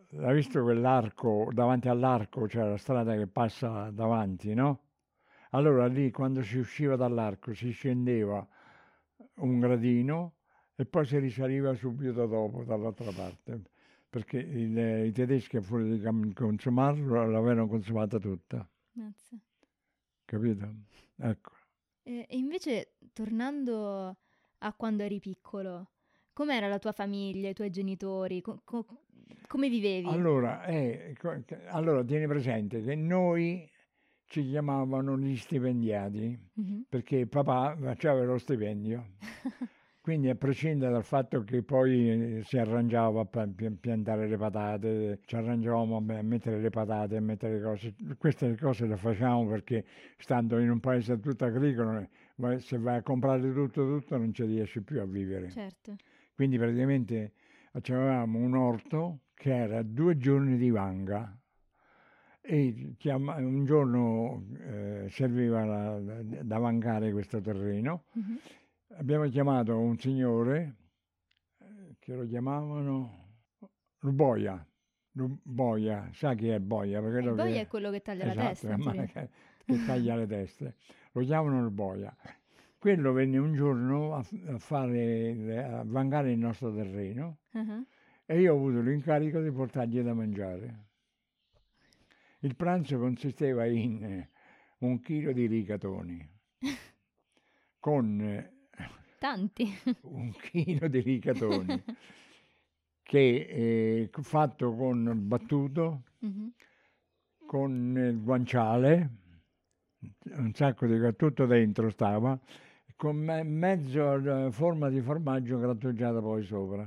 hai visto quell'arco, davanti all'arco c'è la strada che passa davanti, no? Allora lì quando si usciva dall'arco si scendeva un gradino e poi si risaliva subito dopo dall'altra parte, perché i tedeschi a furia di consumarlo l'avevano consumata tutta, Mazza. capito? Ecco. E invece, tornando a quando eri piccolo, com'era la tua famiglia, i tuoi genitori? Come vivevi? Allora tieni presente che noi ci chiamavano gli stipendiati Mhm. perché papà faceva lo stipendio. Quindi a prescindere dal fatto che poi si arrangiava a piantare le patate, ci arrangiavamo a mettere le patate, a mettere le cose, queste cose le facciamo perché stando in un paese tutto agricolo, se vai a comprare tutto non ci riesci più a vivere. Certo. Quindi praticamente avevamo un orto che era 2 giorni di vanga e un giorno serviva da vangare questo terreno. Mhm. Abbiamo chiamato un signore che lo chiamavano Boia. Boia, sa chi è Boia? Perché Il quello boia è che... quello che taglia la Esatto, testa, in teoria. che taglia le teste. Lo chiamano il Boia. Quello venne un giorno a vangare il nostro terreno Ah, e io ho avuto l'incarico di portargli da mangiare. Il pranzo consisteva in 1 chilo di rigatoni con tanti. 1 chilo di rigatoni che fatto con battuto, Mhm. con il guanciale, un sacco di tutto dentro stava, con mezzo forma di formaggio grattugiata poi sopra.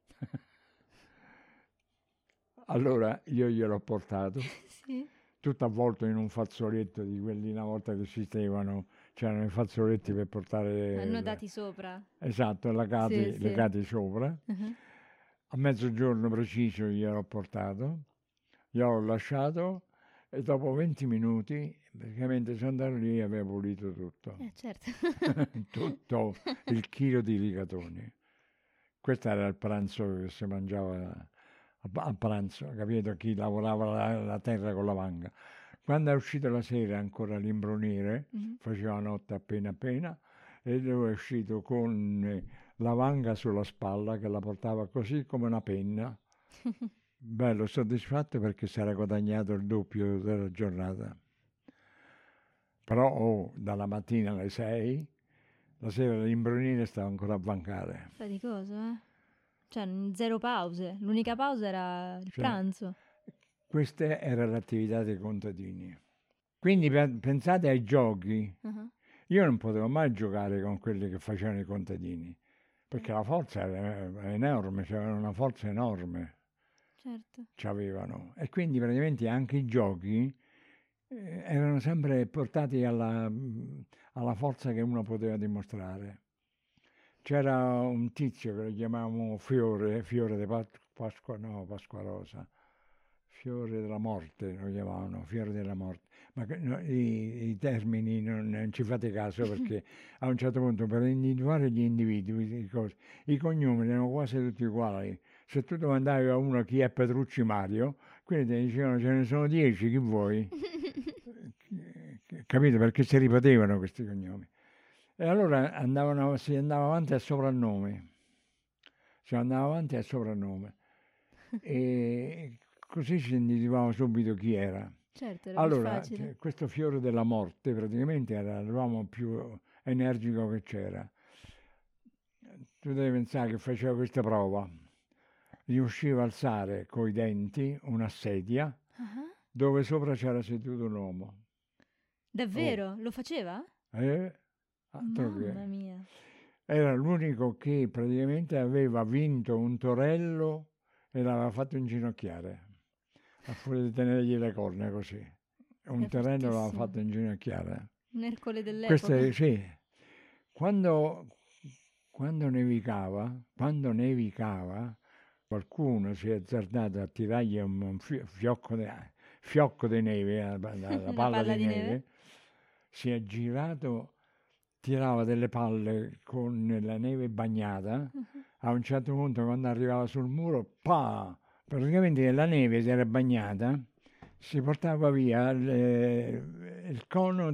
Allora io gliel'ho portato, Sì. tutto avvolto in un fazzoletto di quelli una volta che esistevano, c'erano i fazzoletti per portare, Annodati sopra. esatto, Sì, legati, sì. legati sopra. Ah. A mezzogiorno preciso gliel'ho portato, gliel'ho lasciato e dopo 20 minuti praticamente sono andato lì e avevo pulito tutto, Certo. tutto il chilo di rigatoni. Questo era il pranzo che si mangiava a pranzo, capito? Chi lavorava la terra con la vanga. Quando è uscito la sera ancora l'imbrunire, Mhm. faceva notte appena appena, e lui è uscito con la vanga sulla spalla che la portava così come una penna. Bello, soddisfatto perché si era guadagnato il doppio della giornata. Però dalla mattina alle 6, la sera l'imbrunire stava ancora a vancare. Faticoso, eh? Cioè, zero pause. L'unica pausa era il Cioè, pranzo. questa era l'attività dei contadini. Quindi pensate ai giochi. Ah, Io non potevo mai giocare con quelli che facevano i contadini, perché la forza era enorme, c'avevano una forza enorme, certo. c'avevano. E quindi praticamente anche i giochi erano sempre portati alla forza che uno poteva dimostrare. C'era un tizio che lo chiamavamo Fiore di Pasqua, no, Pasqua Rosa, Fiore della Morte lo chiamavano, Fiore della Morte. Ma no, i termini non ci fate caso perché a un certo punto per individuare gli individui, i cognomi erano quasi tutti uguali. Se tu domandavi a uno chi è Petrucci Mario, quindi ti dicevano ce ne sono 10, chi vuoi? Capito? Perché si ripetevano questi cognomi. E allora si andava avanti a soprannome, si andava avanti a soprannome e così ci individuavamo subito chi era. Certo, era più Allora, facile. questo fiore della morte praticamente era l'uomo più energico che c'era. Tu devi pensare che faceva questa prova, riusciva a alzare coi denti una sedia Ah, dove sopra c'era seduto un uomo. Oh, davvero? Lo faceva? eh? Altro Mamma che. mia. Era l'unico che praticamente aveva vinto un torello e l'aveva fatto inginocchiare, a furia di tenergli le corna così. Un Era torello l'aveva fortissimo. fatto inginocchiare. Un Ercole Questo dell'epoca. sì, quando, quando nevicava, qualcuno si è azzardato a tirargli un fiocco di neve, la Una palla palla di di neve. neve, si è girato, tirava delle palle con la neve bagnata, a un certo punto quando arrivava sul muro, pa! praticamente la neve si era bagnata, si portava via il cono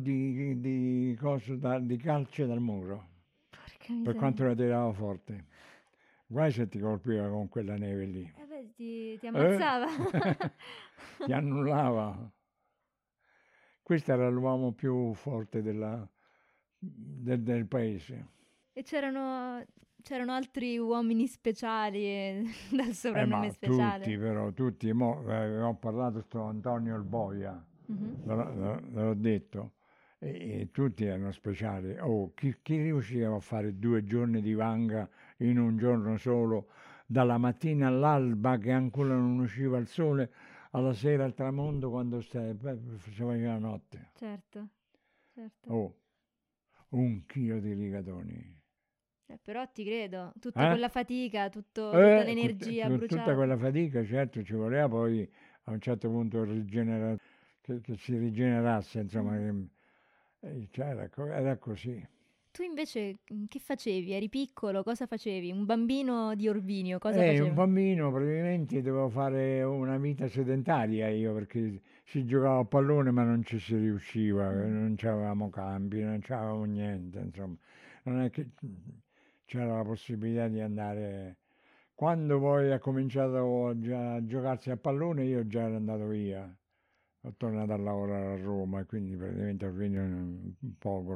di calce dal muro, Porca per miseria. quanto la tirava forte. Guai se ti colpiva con quella neve lì. Beh, ti ammazzava. Ti annullava. Questo era l'uomo più forte del paese. E c'erano altri uomini speciali dal soprannome Ma speciale. tutti però, tutti. Ho parlato sto Antonio il Boia, Mhm. l'ho detto, e tutti erano speciali. Oh, chi riusciva a fare 2 giorni di vanga in un giorno solo, dalla mattina all'alba che ancora non usciva il sole, alla sera al tramonto quando si faceva la notte. Certo, certo. Oh, 1 chilo di rigatoni. Però ti credo, tutta Eh? quella fatica, tutta l'energia Con tutta bruciata. quella fatica, certo, ci voleva poi a un certo punto che si rigenerasse, insomma, Mhm. cioè, era così. Tu invece che facevi? Eri piccolo, cosa facevi? Un bambino di Orvinio, cosa Un faceva? bambino praticamente dovevo fare una vita sedentaria io, perché si giocava a pallone ma non ci si riusciva, Mm. non c'avevamo campi, non c'avevamo niente, insomma, non è che c'era la possibilità di andare. Quando poi ha cominciato a giocarsi a pallone io già ero andato via, ho tornato a lavorare a Roma e quindi praticamente ho finito un poco.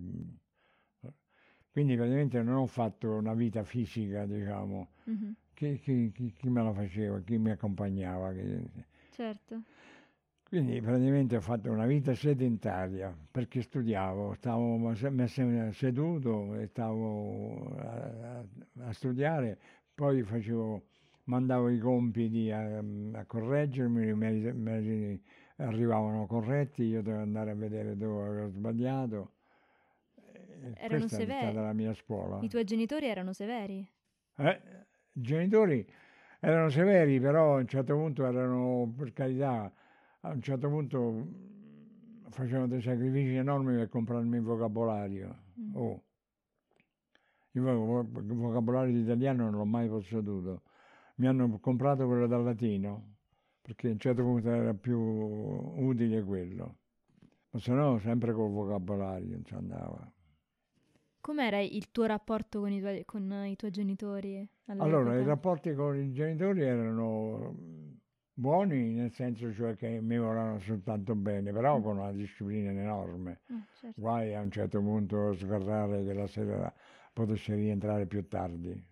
Quindi praticamente non ho fatto una vita fisica, diciamo. Mhm. Chi me la faceva, chi mi accompagnava. Certo. Quindi praticamente ho fatto una vita sedentaria perché studiavo, stavo sempre seduto e stavo a studiare, poi mandavo i compiti a correggermi, arrivavano corretti, io dovevo andare a vedere dove avevo sbagliato. E Erano questa è severi. stata la mia scuola. I tuoi genitori erano severi. I genitori erano severi, però a un certo punto erano, per carità, a un certo punto facevano dei sacrifici enormi per comprarmi il vocabolario. Mm. Oh, il vocabolario italiano non l'ho mai posseduto. Mi hanno comprato quello dal latino, perché a un certo punto era più utile quello. Ma se no sempre col vocabolario non ci andava. Com'era il tuo rapporto con i tuoi genitori Allora, i all'epoca? rapporti con i genitori erano buoni, nel senso cioè che mi volevano soltanto bene, però Mm. con una disciplina enorme. Certo. Guai a un certo punto sgarrare che la sera potessi rientrare più tardi.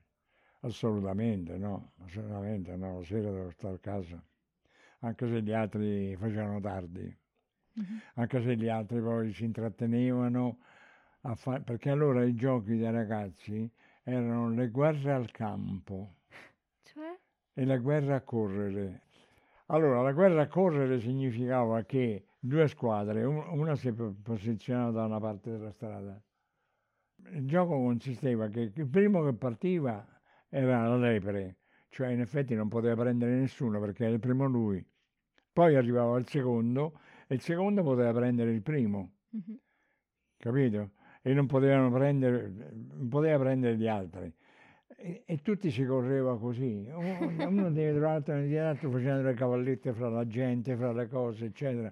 Assolutamente no, la sera devo stare a casa, anche se gli altri facevano tardi, Mhm. anche se gli altri poi si intrattenevano perché allora i giochi dei ragazzi erano le guerre al campo Cioè? e la guerra a correre. Allora, la guerra a correre significava che 2 squadre, una si posizionava da una parte della strada. Il gioco consisteva che il primo che partiva era la lepre, cioè in effetti non poteva prendere nessuno perché era il primo lui. Poi arrivava il secondo e il secondo poteva prendere il primo, Mhm. capito? E non poteva prendere gli altri. E tutti si correva così, uno dietro l'altro, uno dietro l'altro, facendo le cavallette fra la gente, fra le cose, eccetera.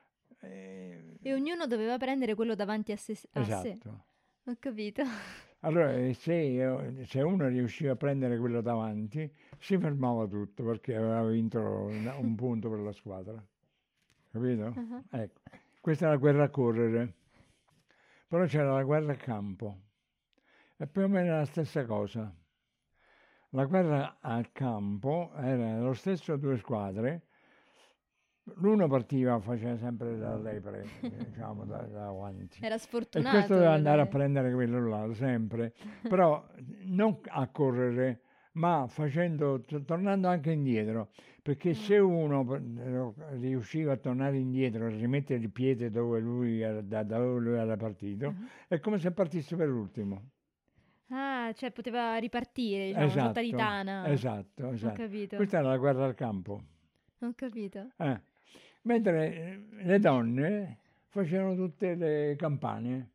E ognuno doveva prendere quello davanti a sé. Esatto. Ho capito. Allora, se uno riusciva a prendere quello davanti, si fermava tutto perché aveva vinto un punto per la squadra, capito? Ah. Ecco, questa è la guerra a correre, però c'era la guerra a campo, è più o meno la stessa cosa. La guerra al campo era lo stesso 2 squadre, l'uno partiva, faceva sempre da lepre, diciamo, da avanti. Era E questo sfortunato doveva quello andare a lì. prendere quello là, sempre. Però non a correre, ma tornando anche indietro. Perché Ah. se uno riusciva a tornare indietro e rimettere il piede da dove lui era partito, Ah. è come se partisse per ultimo. Ah, cioè poteva ripartire, diciamo, una sorta di Esatto, tana. esatto, Ho esatto. capito, Questa era la guerra al campo. ho capito. Eh. Mentre le donne facevano tutte le campane,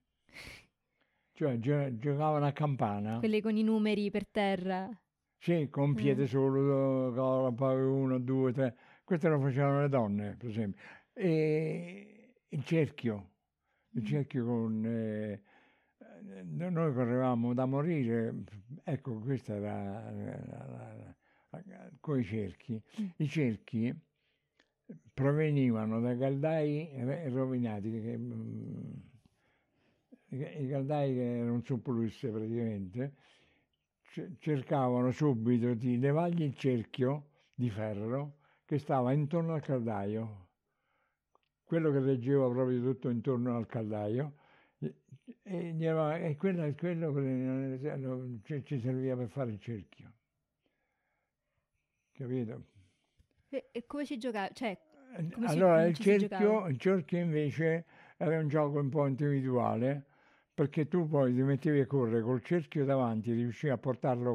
cioè giocavano a campana, Quelle con i numeri per terra. sì, con Eh. piede solo, poi uno, due, tre, questo lo facevano le donne, per esempio. E il cerchio con... noi correvamo da morire, ecco, questa era con i cerchi. Mm. I cerchi provenivano dai caldai rovinati, i caldai che erano un surplus praticamente, cercavano subito di levargli il cerchio di ferro che stava intorno al caldaio, quello che reggeva proprio tutto intorno al caldaio, e quello ci serviva per fare il cerchio, capito? E come si giocava? Cioè, come Allora ci si giocava? il cerchio invece era un gioco un po' individuale, perché tu poi ti mettevi a correre col cerchio davanti, riuscivi a portarlo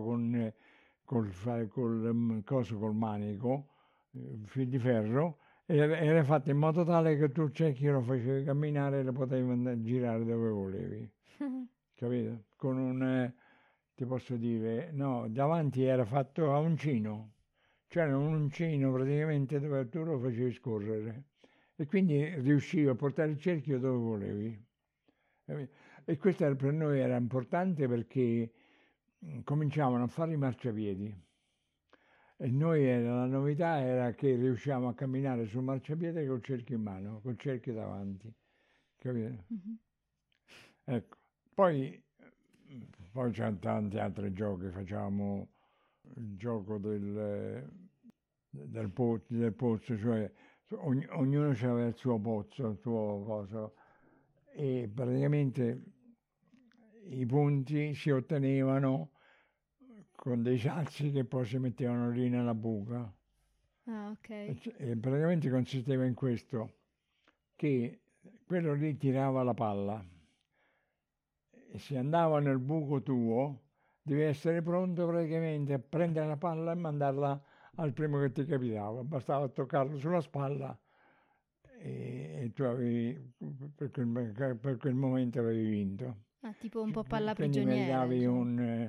col manico, fil di ferro, e era fatto in modo tale che tu il cerchio lo facevi camminare e lo potevi girare dove volevi, capito? Con ti posso dire, no, davanti era fatto a uncino, c'era un uncino praticamente dove tu lo facevi scorrere e quindi riuscivi a portare il cerchio dove volevi. E questo per noi era importante perché cominciavano a fare i marciapiedi e la novità era che riuscivamo a camminare sul marciapiede col cerchio in mano, col cerchio davanti, capito? Mhm. Ecco. Poi c'erano tanti altri giochi, facciamo il gioco del pozzo, cioè ognuno aveva il suo pozzo, il suo coso, e praticamente i punti si ottenevano con dei sassi che poi si mettevano lì nella buca. Ah, ok. E praticamente consisteva in questo, che quello lì tirava la palla e se andava nel buco tuo, devi essere pronto praticamente a prendere la palla e mandarla al primo che ti capitava. Bastava toccarlo sulla spalla e tu avevi, per quel momento avevi vinto. Ah, tipo un po' palla Quindi prigioniera, meritavi diciamo.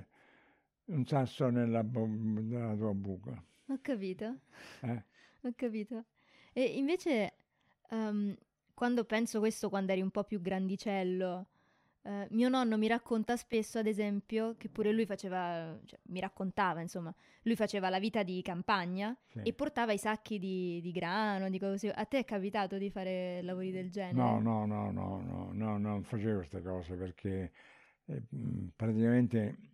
un sasso nella tua buca. Ho capito, Eh? ho capito. E invece, ehm, quando penso questo, quando eri un po' più grandicello, mio nonno mi racconta spesso, ad esempio, che pure lui faceva, cioè, mi raccontava, insomma, lui faceva la vita di campagna e Sì. portava i sacchi di grano, di cose. A te è capitato di fare lavori del No, genere? no, no, no, no, no, non facevo queste cose perché praticamente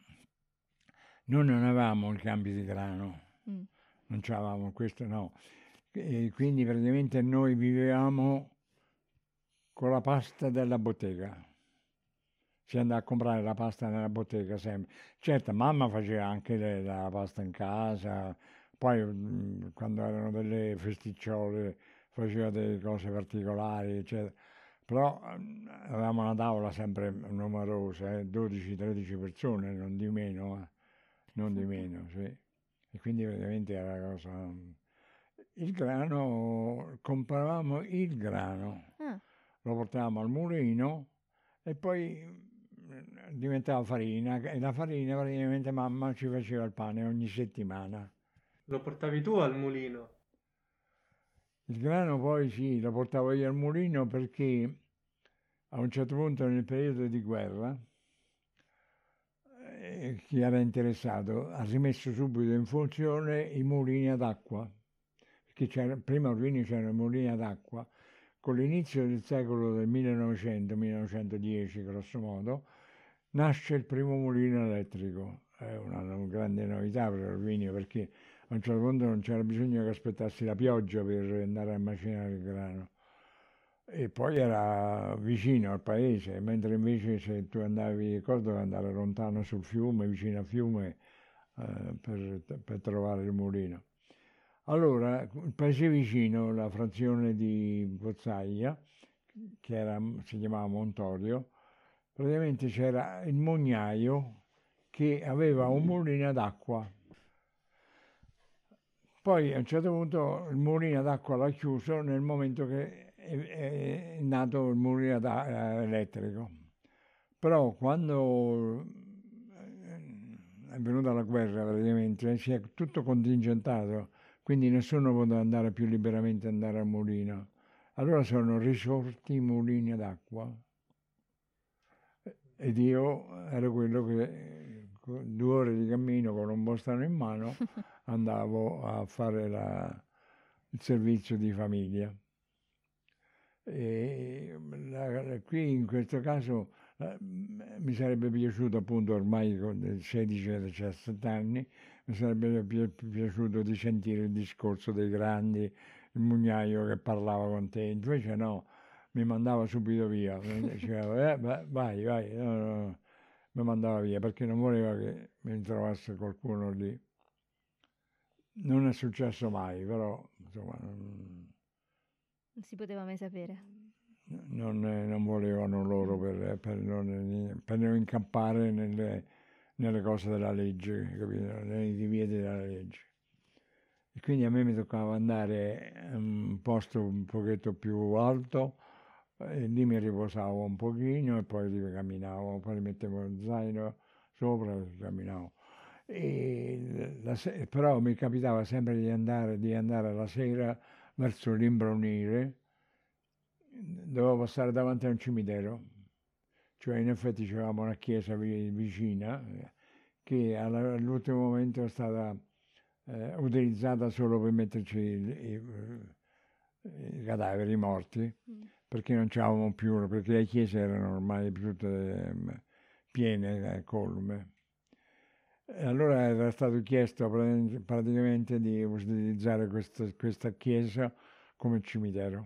noi non avevamo i campi di grano, Mm. non c'avevamo questo, no. E quindi praticamente noi vivevamo con la pasta della bottega. Si andava a comprare la pasta nella bottega sempre. Certo, mamma faceva anche la pasta in casa, poi quando erano delle festicciole faceva delle cose particolari, eccetera. Però avevamo una tavola sempre numerosa, 12-13 persone, non di meno, non di meno, sì. E quindi veramente era una cosa... Il grano, compravamo il grano, Ah, lo portavamo al mulino e poi diventava farina e la farina praticamente mamma ci faceva il pane ogni settimana. Lo portavi tu al mulino? Il grano poi sì, lo portavo io al mulino perché a un certo punto nel periodo di guerra chi era interessato ha rimesso subito in funzione i mulini ad acqua, perché prima a Urbini c'erano i mulini ad acqua. Con l'inizio del secolo del 1900-1910 grosso modo, nasce il primo mulino elettrico. È una grande novità per Urbini perché a un certo punto non c'era bisogno che aspettassi la pioggia per andare a macinare il grano. E poi era vicino al paese, mentre invece se tu andavi, ricordo, dovevi andare lontano sul fiume, vicino al fiume, per trovare il mulino. Allora, il paese vicino, la frazione di Pozzaglia, si chiamava Montorio, praticamente c'era il mugnaio che aveva un mulino d'acqua. Poi a un certo punto il mulino d'acqua l'ha chiuso nel momento che è nato il mulino elettrico. Però quando è venuta la guerra praticamente si è tutto contingentato, quindi nessuno poteva andare più liberamente andare al mulino. Allora sono risorti i mulini d'acqua ed io ero quello che con 2 ore di cammino con un bastone in mano andavo a fare il servizio di famiglia. E qui in questo caso mi sarebbe piaciuto appunto ormai con 16-17 anni, mi sarebbe piaciuto di sentire il discorso dei grandi, il mugnaio che parlava con te, invece no, mi mandava subito via, mi diceva vai, vai, no, no, no. Mi mandava via perché non voleva che mi trovasse qualcuno lì. Non è successo mai, però insomma Non si poteva mai sapere. non volevano loro per non incappare nelle cose della legge, capito? Nei divieti della legge. E quindi a me mi toccava andare in un posto un pochetto più alto e lì mi riposavo un pochino e poi camminavo, poi mettevo lo zaino sopra e camminavo. Però mi capitava sempre di andare la sera verso l'imbrunire, dovevo passare davanti a un cimitero, cioè in effetti c'avevamo una chiesa vicina che all'ultimo momento è stata utilizzata solo per metterci i cadaveri morti, perché non c'avevamo più, perché le chiese erano ormai tutte piene, colme. E allora era stato chiesto praticamente di utilizzare questa chiesa come cimitero.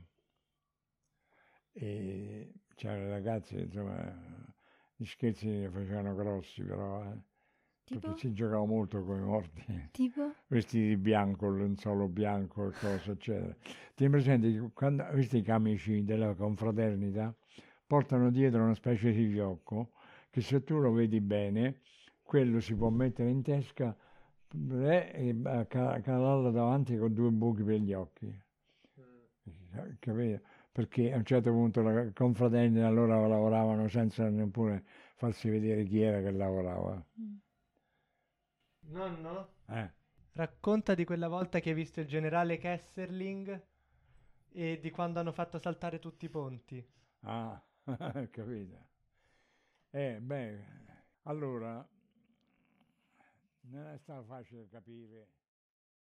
E c'erano ragazzi, insomma, gli scherzi ne facevano grossi, però, perché Tipo? si giocava molto con i morti, Tipo? vestiti di bianco, il lenzuolo bianco e cose, eccetera. Tieni presente che quando questi camici della confraternita portano dietro una specie di fiocco che se tu lo vedi bene, quello si può mettere in tasca e calarlo davanti con 2 buchi per gli occhi. Capito? Perché a un certo punto la confraternita allora lavoravano senza neppure farsi vedere chi era che lavorava. Nonno? Eh. Racconta di quella volta che hai visto il generale Kesserling e di quando hanno fatto saltare tutti i ponti. Ah, capito. Beh, allora non è stato facile capire